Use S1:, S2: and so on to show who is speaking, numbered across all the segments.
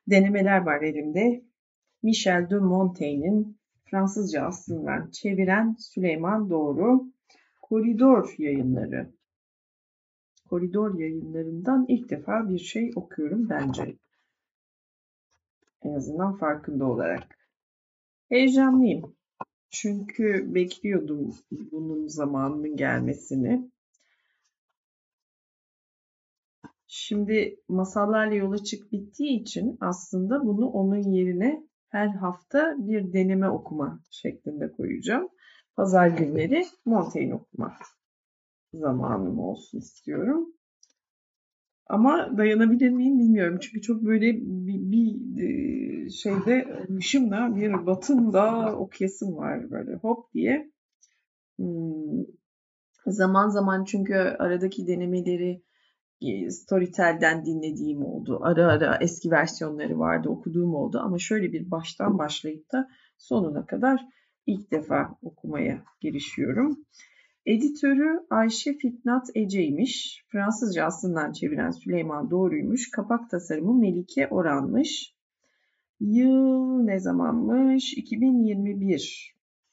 S1: denemeler var elimde. Michel de Montaigne'in Fransızca aslından çeviren Süleyman Doğru. Koridor Yayınları. Koridor Yayınlarından ilk defa bir şey okuyorum bence. En azından farkında olarak. Heyecanlıyım. Çünkü bekliyordum bunun zamanının gelmesini. Şimdi masallarla yola çık bittiği için aslında bunu onun yerine her hafta bir deneme okuma şeklinde koyacağım. Pazar günleri Montaigne okuma zamanım olsun istiyorum. Ama dayanabilir miyim bilmiyorum. Çünkü çok böyle bir şeyde ışımla bir batımda okuyasım var böyle hop diye. Zaman zaman çünkü aradaki denemeleri Storytel'den dinlediğim oldu. Ara ara eski versiyonları vardı, okuduğum oldu. Ama şöyle bir baştan başlayıp da sonuna kadar ilk defa okumaya girişiyorum. Editörü Ayşe Fitnat Ece'ymiş. Fransızca aslından çeviren Süleyman Doğru'ymuş. Kapak tasarımı Melike Oran'mış. Yıl ne zamanmış? 2021.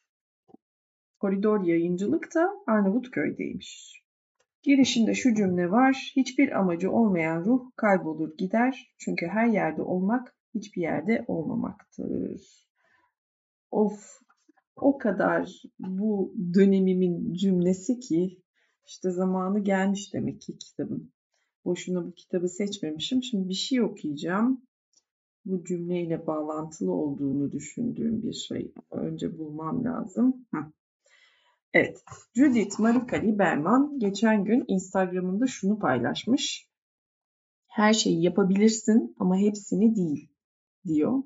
S1: Koridor Yayıncılık da Arnavutköy'deymiş. Girişinde şu cümle var. Hiçbir amacı olmayan ruh kaybolur gider. Çünkü her yerde olmak hiçbir yerde olmamaktır. Of, o kadar bu dönemimin cümlesi ki işte zamanı gelmiş demek ki kitabın. Boşuna bu kitabı seçmemişim. Şimdi bir şey okuyacağım. Bu cümleyle bağlantılı olduğunu düşündüğüm bir şey. Önce bulmam lazım. Evet, Judith Marika Lieberman geçen gün Instagram'ında şunu paylaşmış. Her şeyi yapabilirsin ama hepsini değil, diyor.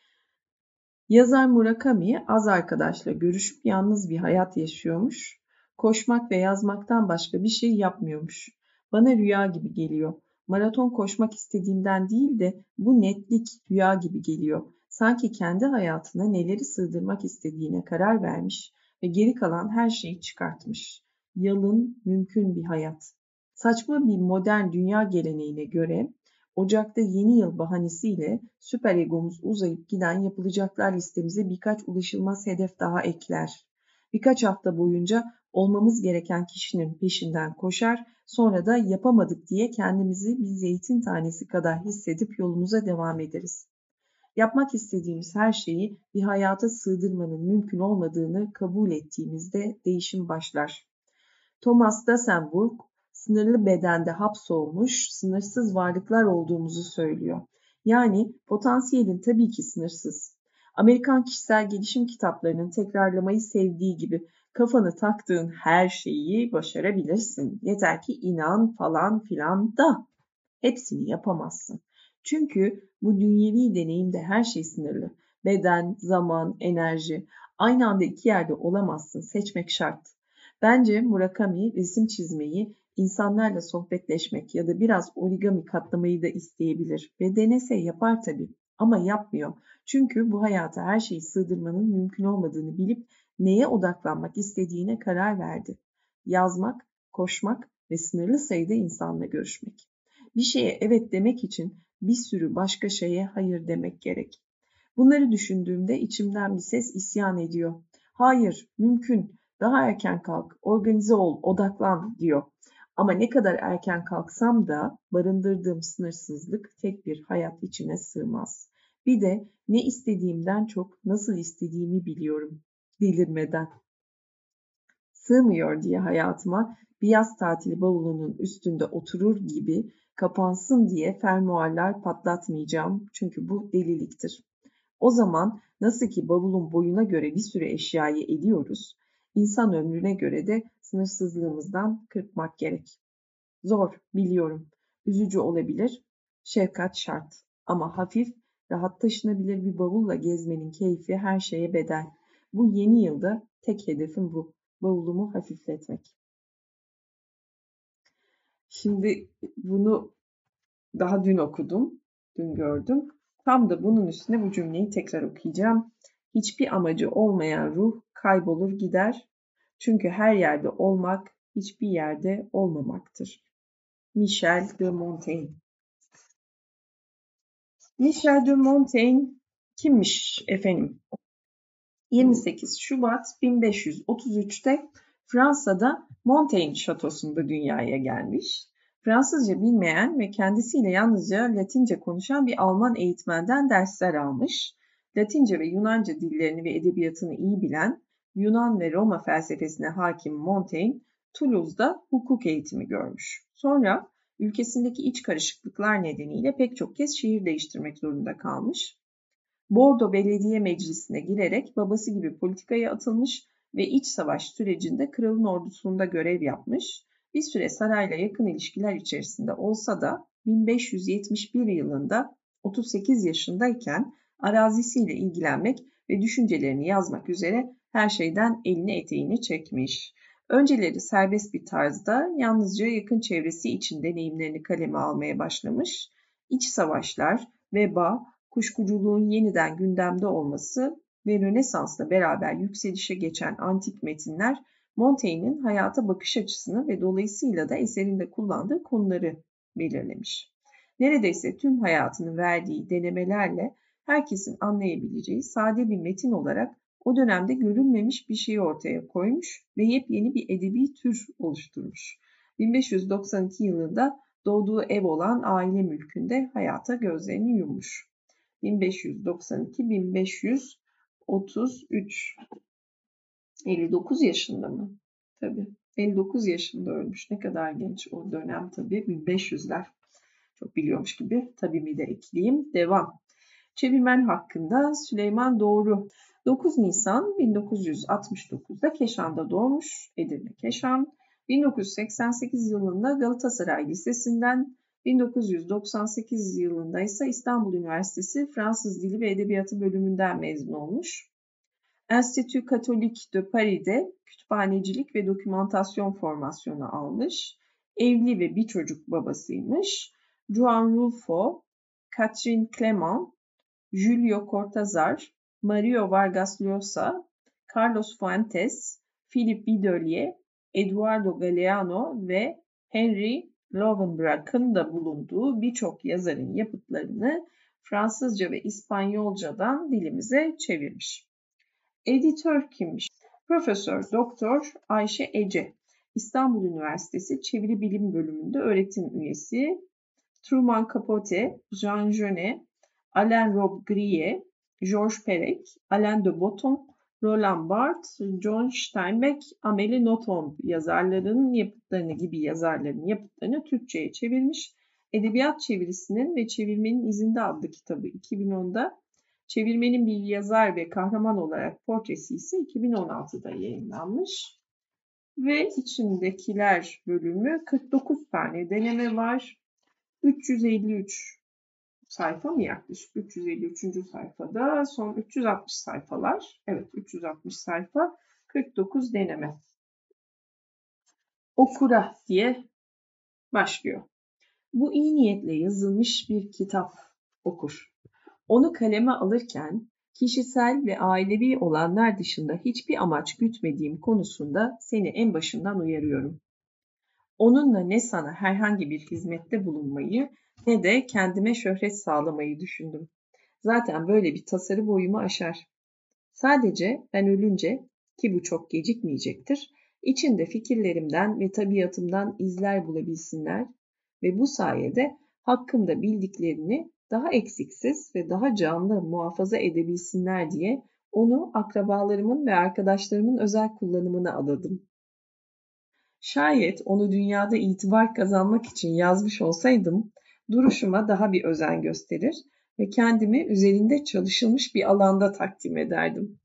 S1: Yazar Murakami az arkadaşla görüşüp yalnız bir hayat yaşıyormuş. Koşmak ve yazmaktan başka bir şey yapmıyormuş. Bana rüya gibi geliyor. Maraton koşmak istediğimden değil de bu netlik rüya gibi geliyor. Sanki kendi hayatına neleri sığdırmak istediğine karar vermiş ve geri kalan her şeyi çıkartmış. Yalın, mümkün bir hayat. Saçma bir modern dünya geleneğine göre Ocak'ta yeni yıl bahanesiyle süper egomuz uzayıp giden yapılacaklar listemize birkaç ulaşılmaz hedef daha ekler. Birkaç hafta boyunca olmamız gereken kişinin peşinden koşar, sonra da yapamadık diye kendimizi bir zeytin tanesi kadar hissedip yolumuza devam ederiz. Yapmak istediğimiz her şeyi bir hayata sığdırmanın mümkün olmadığını kabul ettiğimizde değişim başlar. Thomas Dassenburg, sınırlı bedende hapsolmuş, sınırsız varlıklar olduğumuzu söylüyor. Yani potansiyelin tabii ki sınırsız. Amerikan kişisel gelişim kitaplarının tekrarlamayı sevdiği gibi kafanı taktığın her şeyi başarabilirsin. Yeter ki inan falan filan da hepsini yapamazsın. Çünkü bu dünyevi deneyimde her şey sınırlı. Beden, zaman, enerji. Aynı anda iki yerde olamazsın. Seçmek şart. Bence Murakami resim çizmeyi, insanlarla sohbetleşmek ya da biraz origami katlamayı da isteyebilir. Ve denese yapar tabii. Ama yapmıyor. Çünkü bu hayata her şeyi sığdırmanın mümkün olmadığını bilip neye odaklanmak istediğine karar verdi. Yazmak, koşmak ve sınırlı sayıda insanla görüşmek. Bir şeye evet demek için bir sürü başka şeye hayır demek gerek. Bunları düşündüğümde içimden bir ses isyan ediyor. Hayır, mümkün. Daha erken kalk, organize ol, odaklan diyor. Ama ne kadar erken kalksam da barındırdığım sınırsızlık tek bir hayat içine sığmaz. Bir de ne istediğimden çok nasıl istediğimi biliyorum. Delirmeden. Sığmıyor diye hayatıma bir yaz tatili bavulunun üstünde oturur gibi kapansın diye fermuarlar patlatmayacağım çünkü bu deliliktir. O zaman nasıl ki bavulun boyuna göre bir sürü eşyayı ediyoruz, insan ömrüne göre de sınırsızlığımızdan kırpmak gerek. Zor, biliyorum. Üzücü olabilir. Şefkat şart. Ama hafif, rahat taşınabilir bir bavulla gezmenin keyfi her şeye bedel. Bu yeni yılda tek hedefim bu. Bavulumu hafifletmek. Şimdi bunu daha dün okudum. Dün gördüm. Tam da bunun üstüne bu cümleyi tekrar okuyacağım. Hiçbir amacı olmayan ruh kaybolur gider. Çünkü her yerde olmak hiçbir yerde olmamaktır. Michel de Montaigne. Michel de Montaigne kimmiş efendim? 28 Şubat 1533'te Fransa'da Montaigne Şatosu'nda dünyaya gelmiş. Fransızca bilmeyen ve kendisiyle yalnızca Latince konuşan bir Alman eğitmenden dersler almış. Latince ve Yunanca dillerini ve edebiyatını iyi bilen, Yunan ve Roma felsefesine hakim Montaigne, Toulouse'da hukuk eğitimi görmüş. Sonra ülkesindeki iç karışıklıklar nedeniyle pek çok kez şehir değiştirmek zorunda kalmış. Bordo Belediye Meclisi'ne girerek babası gibi politikaya atılmış ve iç savaş sürecinde kralın ordusunda görev yapmış. Bir süre sarayla yakın ilişkiler içerisinde olsa da 1571 yılında 38 yaşındayken arazisiyle ilgilenmek ve düşüncelerini yazmak üzere her şeyden elini eteğini çekmiş. Önceleri serbest bir tarzda yalnızca yakın çevresi için deneyimlerini kaleme almaya başlamış. İç savaşlar, veba, kuşkuculuğun yeniden gündemde olması ve Rönesans'la beraber yükselişe geçen antik metinler Montaigne'in hayata bakış açısını ve dolayısıyla da eserinde kullandığı konuları belirlemiş. Neredeyse tüm hayatını verdiği denemelerle herkesin anlayabileceği sade bir metin olarak o dönemde görülmemiş bir şeyi ortaya koymuş ve yepyeni bir edebi tür oluşturmuş. 1592 yılında doğduğu ev olan aile mülkünde hayata gözlerini yummuş. 1592-1533 59 yaşında mı? Tabii. 59 yaşında ölmüş. Ne kadar genç o dönem tabii. 1500'ler. Çok biliyormuş gibi. Tabii mi de ekleyeyim. Devam. Çevirmen hakkında Süleyman Doğru. 9 Nisan 1969'da Keşan'da doğmuş. Edirne Keşan. 1988 yılında Galatasaray Lisesi'nden, 1998 yılında ise İstanbul Üniversitesi Fransız Dili ve Edebiyatı bölümünden mezun olmuş. Institut Catholique de Paris'de kütüphanecilik ve dokümantasyon formasyonu almış. Evli ve bir çocuk babasıymış. Juan Rulfo, Catherine Clement, Julio Cortázar, Mario Vargas Llosa, Carlos Fuentes, Philippe Bidelier, Eduardo Galeano ve Henry Lovenbrock'ın da bulunduğu birçok yazarın yapıtlarını Fransızca ve İspanyolcadan dilimize çevirmiş. Editör kimmiş? Profesör Doktor Ayşe Ece, İstanbul Üniversitesi Çeviri Bilim Bölümünde öğretim üyesi. Truman Capote, Jean Genet, Alain Robbe-Grillet, Georges Perec, Alain de Botton, Roland Barthes, John Steinbeck, Amélie Nothomb yazarların yapıtlarını Türkçe'ye çevirmiş. Edebiyat çevirisinin ve Çevirmenin İzinde adlı kitabı 2010'da, Çevirmenin bir yazar ve kahraman olarak portresi ise 2016'da yayınlanmış. Ve içindekiler bölümü 49 tane deneme var. 353 sayfa mı yaklaşık? 353. sayfada son 360 sayfalar. Evet, 360 sayfa, 49 deneme. Okura diye başlıyor. Bu iyi niyetle yazılmış bir kitap okur. Onu kaleme alırken kişisel ve ailevi olanlar dışında hiçbir amaç gütmediğim konusunda seni en başından uyarıyorum. Onunla ne sana herhangi bir hizmette bulunmayı ne de kendime şöhret sağlamayı düşündüm. Zaten böyle bir tasarı boyumu aşar. Sadece ben ölünce, ki bu çok gecikmeyecektir, içinde fikirlerimden ve tabiatımdan izler bulabilsinler ve bu sayede hakkımda bildiklerini daha eksiksiz ve daha canlı muhafaza edebilsinler diye onu akrabalarımın ve arkadaşlarımın özel kullanımına adadım. Şayet onu dünyada itibar kazanmak için yazmış olsaydım, duruşuma daha bir özen gösterir ve kendimi üzerinde çalışılmış bir alanda takdim ederdim.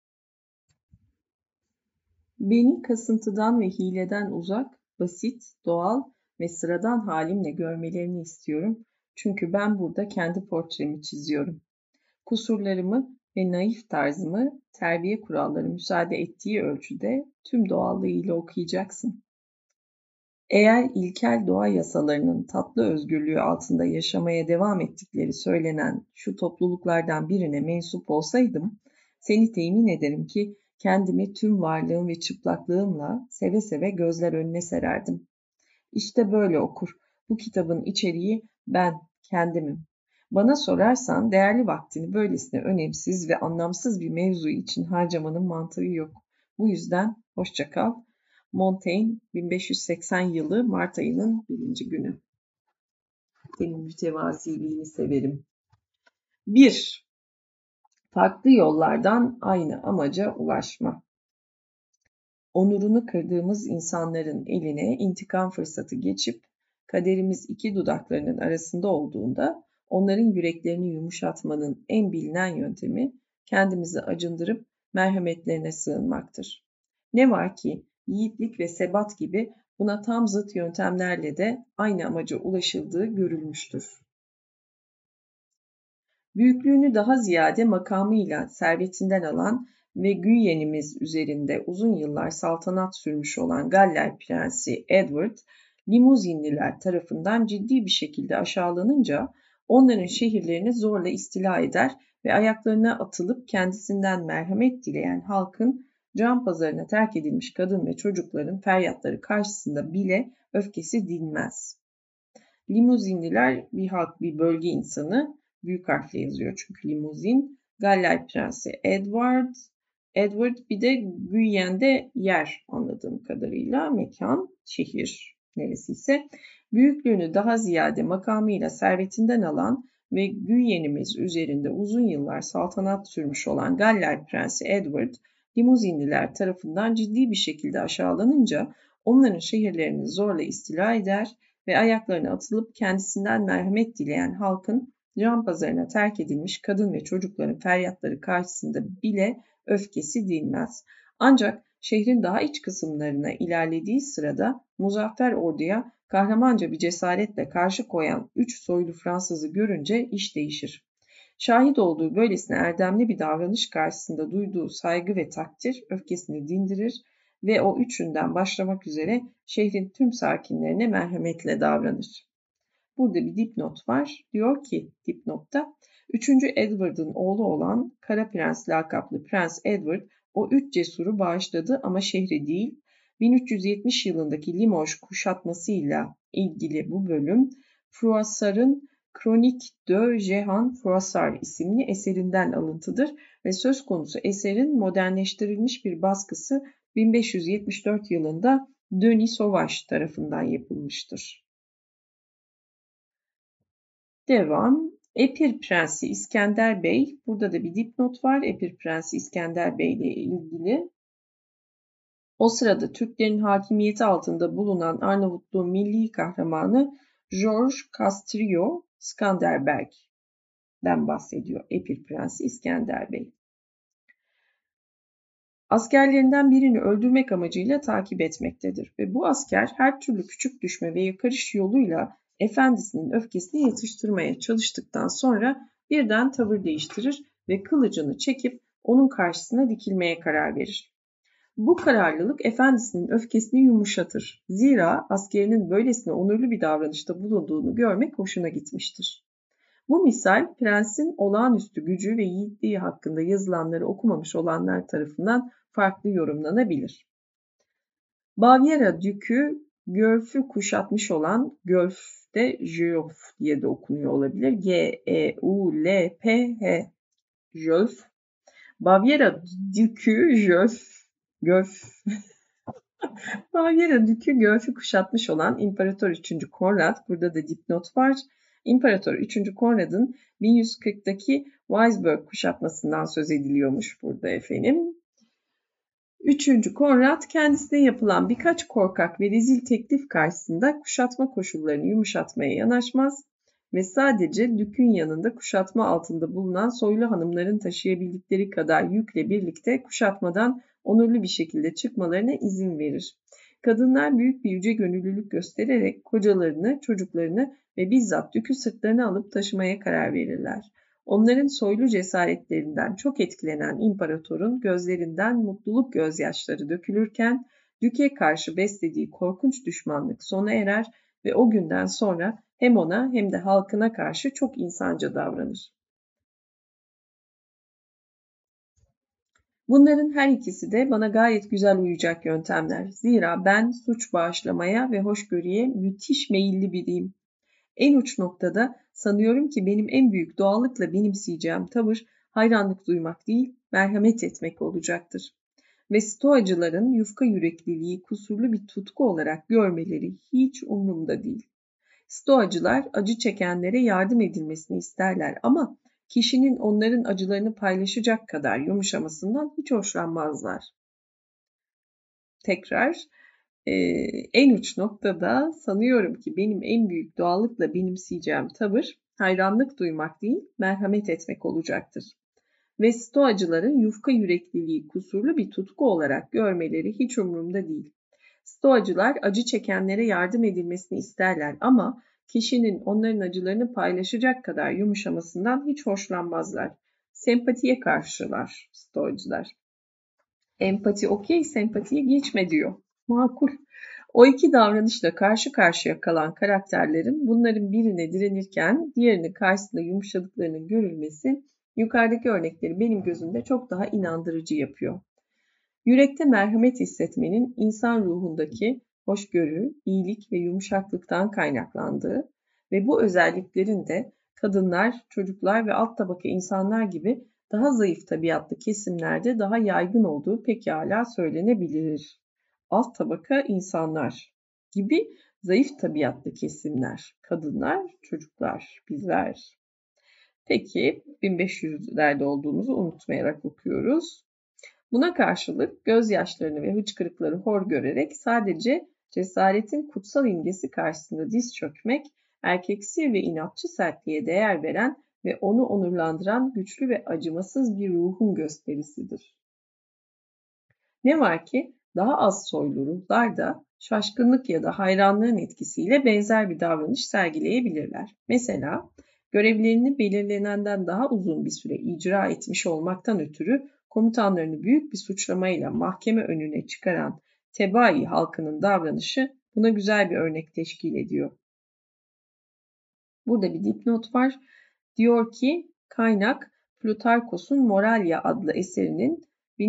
S1: Beni kasıntıdan ve hileden uzak, basit, doğal ve sıradan halimle görmelerini istiyorum. Çünkü ben burada kendi portremi çiziyorum. Kusurlarımı ve naif tarzımı terbiye kuralları müsaade ettiği ölçüde tüm doğallığıyla okuyacaksın. Eğer ilkel doğa yasalarının tatlı özgürlüğü altında yaşamaya devam ettikleri söylenen şu topluluklardan birine mensup olsaydım, seni temin ederim ki kendimi tüm varlığım ve çıplaklığımla seve seve gözler önüne sererdim. İşte böyle okur. Bu kitabın içeriği ben, kendimim. Bana sorarsan değerli vaktini böylesine önemsiz ve anlamsız bir mevzu için harcamanın mantığı yok. Bu yüzden hoşça kal. Montaigne 1580 yılı Mart ayının 1. günü. Senin mütevaziliğini severim. 1. Farklı yollardan aynı amaca ulaşma. Onurunu kırdığımız insanların eline intikam fırsatı geçip kaderimiz iki dudaklarının arasında olduğunda onların yüreklerini yumuşatmanın en bilinen yöntemi kendimizi acındırıp merhametlerine sığınmaktır. Ne var ki yiğitlik ve sebat gibi buna tam zıt yöntemlerle de aynı amaca ulaşıldığı görülmüştür. Büyüklüğünü daha ziyade makamıyla servetinden alan ve Güyenimiz üzerinde uzun yıllar saltanat sürmüş olan Galler Prensi Edward, Limuzinliler tarafından ciddi bir şekilde aşağılanınca onların şehirlerini zorla istila eder ve ayaklarına atılıp kendisinden merhamet dileyen halkın can pazarına terk edilmiş kadın ve çocukların feryatları karşısında bile öfkesi dinmez. Limuzinliler bir halk, bir bölge insanı, büyük harfle yazıyor çünkü limuzin. Galler Prensi Edward bir de Guyen'de yer anladığım kadarıyla mekan, şehir neresiyse. Büyüklüğünü daha ziyade makamıyla servetinden alan ve Guyen'imiz üzerinde uzun yıllar saltanat sürmüş olan Galler Prensi Edward, limuzinliler tarafından ciddi bir şekilde aşağılanınca onların şehirlerini zorla istila eder ve ayaklarına atılıp kendisinden merhamet dileyen halkın can pazarına terk edilmiş kadın ve çocukların feryatları karşısında bile öfkesi dinmez. Ancak şehrin daha iç kısımlarına ilerlediği sırada muzaffer orduya kahramanca bir cesaretle karşı koyan 3 soylu Fransızı görünce iş değişir. Şahit olduğu böylesine erdemli bir davranış karşısında duyduğu saygı ve takdir öfkesini dindirir ve o üçünden başlamak üzere şehrin tüm sakinlerine merhametle davranır. Burada bir dipnot var. Diyor ki dipnotta 3. Edward'ın oğlu olan Kara Prens lakaplı Prens Edward o 3 cesuru bağışladı ama şehri değil. 1370 yılındaki Limoges kuşatmasıyla ilgili bu bölüm Froissart'ın Chronique de Jehan Froissart isimli eserinden alıntıdır ve söz konusu eserin modernleştirilmiş bir baskısı 1574 yılında Denis Sauvage tarafından yapılmıştır. Devam. Epir Prensi İskender Bey. Burada da bir dipnot var. Epir Prensi İskender Bey ile ilgili. O sırada Türklerin hakimiyeti altında bulunan Arnavutluğun milli kahramanı George Castrillo Skanderberg'den bahsediyor. Epir Prensi İskender Bey. Askerlerinden birini öldürmek amacıyla takip etmektedir ve bu asker her türlü küçük düşme ve yakarış yoluyla efendisinin öfkesini yatıştırmaya çalıştıktan sonra birden tavır değiştirir ve kılıcını çekip onun karşısına dikilmeye karar verir. Bu kararlılık efendisinin öfkesini yumuşatır. Zira askerinin böylesine onurlu bir davranışta bulunduğunu görmek hoşuna gitmiştir. Bu misal prensin olağanüstü gücü ve yiğitliği hakkında yazılanları okumamış olanlar tarafından farklı yorumlanabilir. Bavyera Dükü Gölf'ü kuşatmış olan Gölf'te Gölf diye de okunuyor olabilir. G-E-U-L-P-H Gölf. Bavyera Dükü Gölf Bavyera Dükü Gölf'ü kuşatmış olan İmparator 3. Konrad, burada da dipnot var. İmparator 3. Konrad'ın 1140'daki Weisburg kuşatmasından söz ediliyormuş burada efendim. 3. Konrad kendisine yapılan birkaç korkak ve rezil teklif karşısında kuşatma koşullarını yumuşatmaya yanaşmaz ve sadece dükün yanında kuşatma altında bulunan soylu hanımların taşıyabildikleri kadar yükle birlikte kuşatmadan onurlu bir şekilde çıkmalarına izin verir. Kadınlar büyük bir yüce gönüllülük göstererek kocalarını, çocuklarını ve bizzat dükü sırtlarına alıp taşımaya karar verirler. Onların soylu cesaretlerinden çok etkilenen imparatorun gözlerinden mutluluk gözyaşları dökülürken düke karşı beslediği korkunç düşmanlık sona erer ve o günden sonra hem ona hem de halkına karşı çok insanca davranır. Bunların her ikisi de bana gayet güzel uyacak yöntemler. Zira ben suç bağışlamaya ve hoşgörüye müthiş meyilli biriyim. En uç noktada sanıyorum ki benim en büyük doğallıkla benimseyeceğim tavır hayranlık duymak değil, merhamet etmek olacaktır. Ve stoacıların yufka yürekliliği kusurlu bir tutku olarak görmeleri hiç umurumda değil. Stoacılar acı çekenlere yardım edilmesini isterler ama kişinin onların acılarını paylaşacak kadar yumuşamasından hiç hoşlanmazlar. Tekrar, en uç noktada sanıyorum ki benim en büyük doğallıkla benimseyeceğim tavır hayranlık duymak değil, merhamet etmek olacaktır. Ve stoacıların yufka yürekliliği kusurlu bir tutku olarak görmeleri hiç umurumda değil. Stoacılar acı çekenlere yardım edilmesini isterler ama kişinin onların acılarını paylaşacak kadar yumuşamasından hiç hoşlanmazlar. Sempatiye karşılar stoacılar. Empati okey, sempatiye geçme diyor. Makul. O iki davranışla karşı karşıya kalan karakterlerin bunların birine direnirken diğerini karşısında yumuşadıklarının görülmesi yukarıdaki örnekleri benim gözümde çok daha inandırıcı yapıyor. Yürekte merhamet hissetmenin insan ruhundaki hoşgörü, iyilik ve yumuşaklıktan kaynaklandığı ve bu özelliklerin de kadınlar, çocuklar ve alt tabaka insanlar gibi daha zayıf tabiatlı kesimlerde daha yaygın olduğu pekala söylenebilir. Alt tabaka insanlar gibi zayıf tabiatlı kesimler, kadınlar, çocuklar, bizler. Peki 1500'lerde olduğumuzu unutmayarak okuyoruz. Buna karşılık gözyaşlarını ve hıçkırıkları hor görerek sadece cesaretin kutsal imgesi karşısında diz çökmek, erkeksi ve inatçı sertliğe değer veren ve onu onurlandıran güçlü ve acımasız bir ruhun gösterisidir. Ne var ki daha az soylu ruhlar da şaşkınlık ya da hayranlığın etkisiyle benzer bir davranış sergileyebilirler. Mesela görevlerini belirlenenden daha uzun bir süre icra etmiş olmaktan ötürü komutanlarını büyük bir suçlamayla mahkeme önüne çıkaran Tebai halkının davranışı buna güzel bir örnek teşkil ediyor. Burada bir dipnot var. Diyor ki kaynak Plutarkos'un Moralia adlı eserinin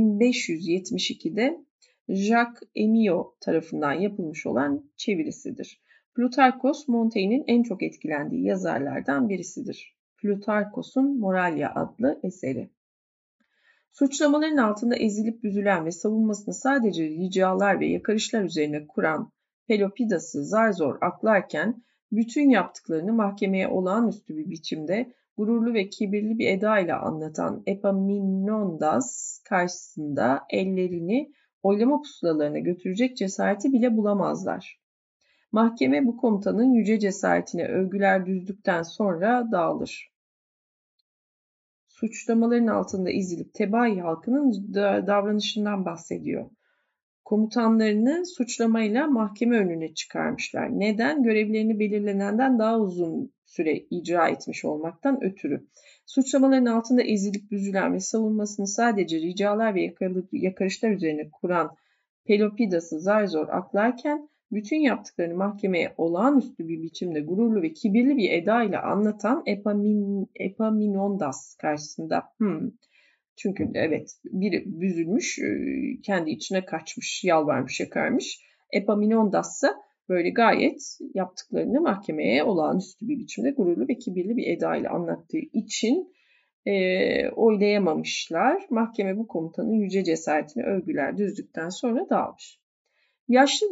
S1: 1572'de Jacques Amiot tarafından yapılmış olan çevirisidir. Plutarkos, Montaigne'in en çok etkilendiği yazarlardan birisidir. Plutarkos'un Moralia adlı eseri. Suçlamaların altında ezilip büzülen ve savunmasını sadece ricalar ve yakarışlar üzerine kuran Pelopidas'ı zar zor aklarken bütün yaptıklarını mahkemeye olağanüstü bir biçimde gururlu ve kibirli bir eda ile anlatan Epaminondas karşısında ellerini oylama pusulalarına götürecek cesareti bile bulamazlar. Mahkeme bu komutanın yüce cesaretine övgüler düzdükten sonra dağılır. Suçlamaların altında ezilip Tebai halkının davranışından bahsediyor. Komutanlarını suçlamayla mahkeme önüne çıkarmışlar. Neden? Görevlerini belirlenenden daha uzun süre icra etmiş olmaktan ötürü. Suçlamaların altında ezilip büzülen ve savunmasını sadece ricalar ve yakarışlar üzerine kuran Pelopidas'ı zar zor aklarken bütün yaptıklarını mahkemeye olağanüstü bir biçimde gururlu ve kibirli bir eda ile anlatan Epaminondas karşısında. Çünkü evet biri büzülmüş, kendi içine kaçmış, yalvarmış, yakarmış. Epaminondas ise böyle gayet yaptıklarını mahkemeye olağanüstü bir biçimde gururlu ve kibirli bir eda ile anlattığı için oylayamamışlar. Mahkeme bu komutanın yüce cesaretine övgüler düzdükten sonra dağılmış. Yaşlı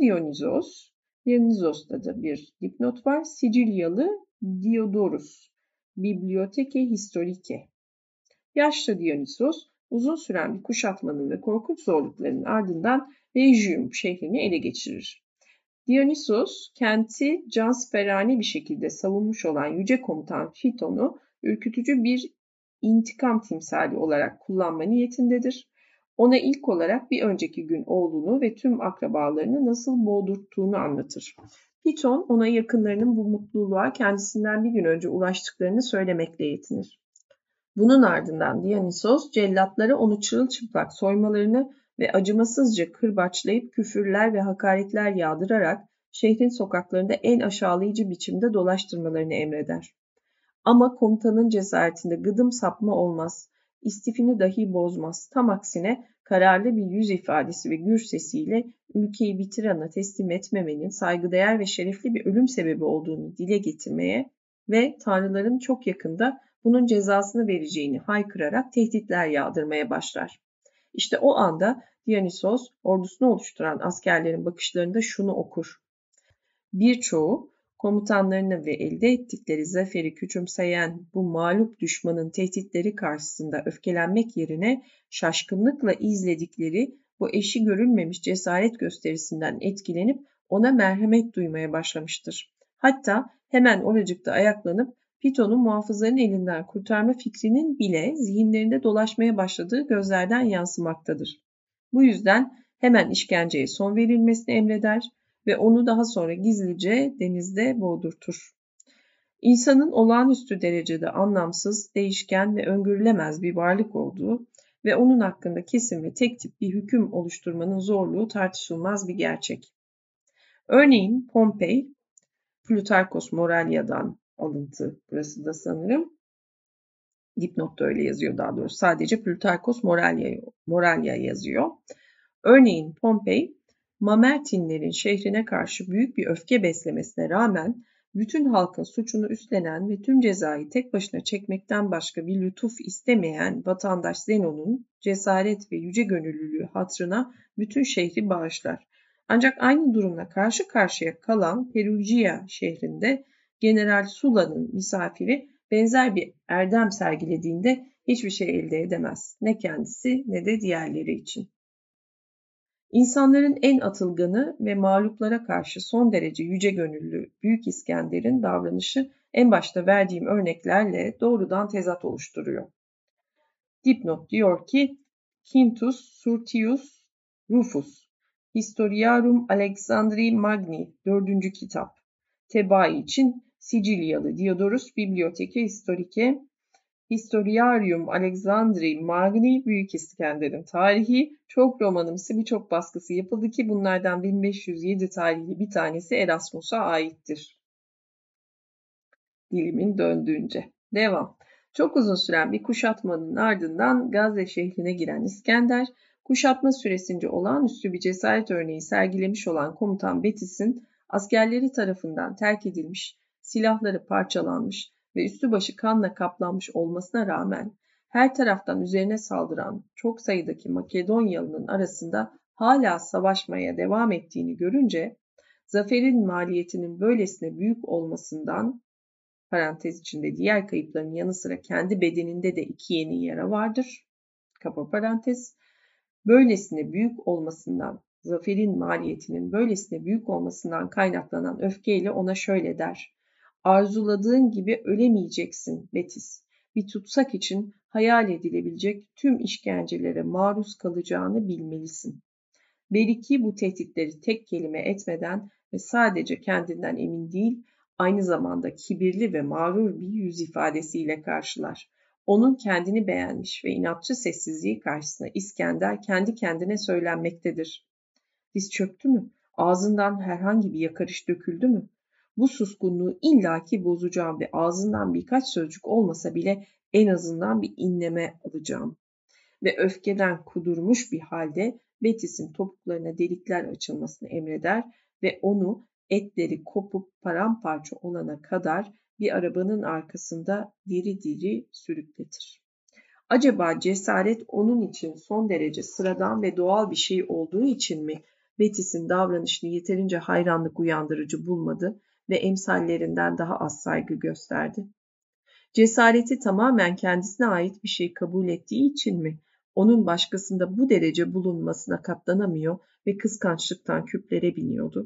S1: Dionysos'ta da bir dipnot var. Sicilyalı Diodorus, Bibliotheke Historique. Yaşlı Dionysos, uzun süren bir kuşatmanın ve korkunç zorluklarının ardından Rhegium şehrini ele geçirir. Dionysos, kenti cansperane bir şekilde savunmuş olan yüce komutan Fiton'u ürkütücü bir intikam timsali olarak kullanma niyetindedir. Ona ilk olarak bir önceki gün oğlunu ve tüm akrabalarını nasıl boğdurttuğunu anlatır. Fiton ona yakınlarının bu mutluluğa kendisinden bir gün önce ulaştıklarını söylemekle yetinir. Bunun ardından Dionysos cellatlara onu çırılçıplak soymalarını ve acımasızca kırbaçlayıp küfürler ve hakaretler yağdırarak şehrin sokaklarında en aşağılayıcı biçimde dolaştırmalarını emreder. Ama komutanın cesaretinde gıdım sapma olmaz, istifini dahi bozmaz. Tam aksine kararlı bir yüz ifadesi ve gür sesiyle ülkeyi bir tirana teslim etmemenin saygıdeğer ve şerefli bir ölüm sebebi olduğunu dile getirmeye ve tanrıların çok yakında bunun cezasını vereceğini haykırarak tehditler yağdırmaya başlar. İşte o anda Dionysos ordusunu oluşturan askerlerin bakışlarında şunu okur. Birçoğu komutanlarını ve elde ettikleri zaferi küçümseyen bu mağlup düşmanın tehditleri karşısında öfkelenmek yerine şaşkınlıkla izledikleri bu eşi görülmemiş cesaret gösterisinden etkilenip ona merhamet duymaya başlamıştır. Hatta hemen oracıkta ayaklanıp Piton'u muhafızların elinden kurtarma fikrinin bile zihinlerinde dolaşmaya başladığı gözlerden yansımaktadır. Bu yüzden hemen işkenceye son verilmesini emreder ve onu daha sonra gizlice denizde boğdurtur. İnsanın olağanüstü derecede anlamsız, değişken ve öngörülemez bir varlık olduğu ve onun hakkında kesin ve tek tip bir hüküm oluşturmanın zorluğu tartışılmaz bir gerçek. Örneğin Pompey, Plutarkos Moralia'dan alıntı burası da sanırım. Dipnotta öyle yazıyor daha doğrusu. Sadece Plutarkos Moralia yazıyor. Örneğin Pompey, Mamertinlerin şehrine karşı büyük bir öfke beslemesine rağmen bütün halkın suçunu üstlenen ve tüm cezayı tek başına çekmekten başka bir lütuf istemeyen vatandaş Zenon'un cesaret ve yüce gönüllülüğü hatırına bütün şehri bağışlar. Ancak aynı durumla karşı karşıya kalan Perugia şehrinde General Sulla'nın misafiri benzer bir erdem sergilediğinde hiçbir şey elde edemez. Ne kendisi ne de diğerleri için. İnsanların en atılganı ve mağluplara karşı son derece yüce gönüllü Büyük İskender'in davranışı en başta verdiğim örneklerle doğrudan tezat oluşturuyor. Dipnot diyor ki, Quintus Surtius Rufus, Historiarum Alexandri Magni 4. kitap, Tebai için Sicilyalı Diodorus Bibliotheca Historicae, Historiarium Alexandri Magni Büyük İskender'in tarihi çok romanımsı birçok baskısı yapıldı ki bunlardan 1507 tarihli bir tanesi Erasmus'a aittir. Dilimin döndüğünce. Devam. Çok uzun süren bir kuşatmanın ardından Gazze şehrine giren İskender, kuşatma süresince olağanüstü bir cesaret örneği sergilemiş olan komutan Betis'in askerleri tarafından terk edilmiş, silahları parçalanmış ve üstü başı kanla kaplanmış olmasına rağmen her taraftan üzerine saldıran çok sayıdaki Makedonyalı'nın arasında hala savaşmaya devam ettiğini görünce zaferin maliyetinin böylesine büyük olmasından, parantez içinde diğer kayıpların yanı sıra kendi bedeninde de 2 yeni yara vardır, kapa parantez, böylesine büyük olmasından, zaferin maliyetinin böylesine büyük olmasından kaynaklanan öfkeyle ona şöyle der: arzuladığın gibi ölemeyeceksin Betis. Bir tutsak için hayal edilebilecek tüm işkencelere maruz kalacağını bilmelisin. Beriki bu tehditleri tek kelime etmeden ve sadece kendinden emin değil, aynı zamanda kibirli ve mağrur bir yüz ifadesiyle karşılar. Onun kendini beğenmiş ve inatçı sessizliği karşısında İskender kendi kendine söylenmektedir. Diz çöktü mü? Ağzından herhangi bir yakarış döküldü mü? Bu suskunluğu illaki bozacağım ve ağzından birkaç sözcük olmasa bile en azından bir inleme alacağım. Ve öfkeden kudurmuş bir halde Betis'in topuklarına delikler açılmasını emreder ve onu etleri kopup paramparça olana kadar bir arabanın arkasında diri diri sürükletir. Acaba cesaret onun için son derece sıradan ve doğal bir şey olduğu için mi Betis'in davranışını yeterince hayranlık uyandırıcı bulmadı ve emsallerinden daha az saygı gösterdi? Cesareti tamamen kendisine ait bir şey kabul ettiği için mi onun başkasında bu derece bulunmasına katlanamıyor ve kıskançlıktan küplere biniyordu?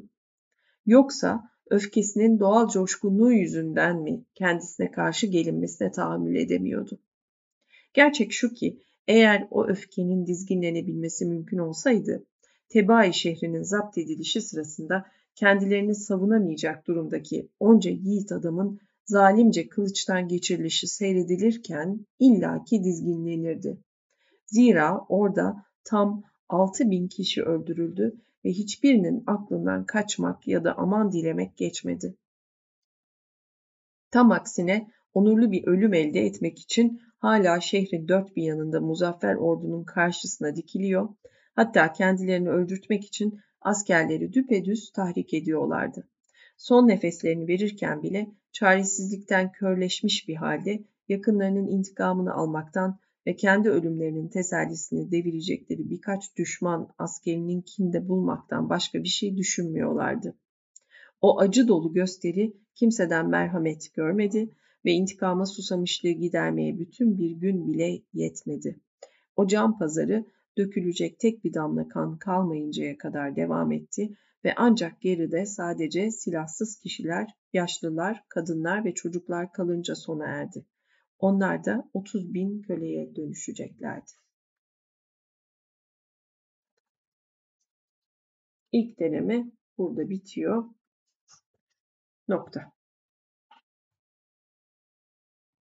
S1: Yoksa öfkesinin doğal coşkunluğu yüzünden mi kendisine karşı gelinmesine tahammül edemiyordu? Gerçek şu ki eğer o öfkenin dizginlenebilmesi mümkün olsaydı, Tebai şehrinin zapt edilişi sırasında kendilerini savunamayacak durumdaki onca yiğit adamın zalimce kılıçtan geçirilişi seyredilirken illaki dizginlenirdi. Zira orada tam 6.000 kişi öldürüldü ve hiçbirinin aklından kaçmak ya da aman dilemek geçmedi. Tam aksine Onurlu bir ölüm elde etmek için hala şehrin dört bir yanında muzaffer ordunun karşısına dikiliyor, hatta kendilerini öldürtmek için askerleri düpedüz tahrik ediyorlardı. Son nefeslerini verirken bile çaresizlikten körleşmiş bir halde yakınlarının intikamını almaktan ve kendi ölümlerinin tesellisini devirecekleri birkaç düşman askerinin kinde bulmaktan başka bir şey düşünmüyorlardı. O acı dolu gösteri kimseden merhamet görmedi ve intikama susamışlığı gidermeye bütün bir gün bile yetmedi. O can pazarı dökülecek tek bir damla kan kalmayıncaya kadar devam etti ve ancak geride sadece silahsız kişiler, yaşlılar, kadınlar ve çocuklar kalınca sona erdi. Onlar da 30.000 köleye dönüşeceklerdi. İlk deneme burada bitiyor. Nokta.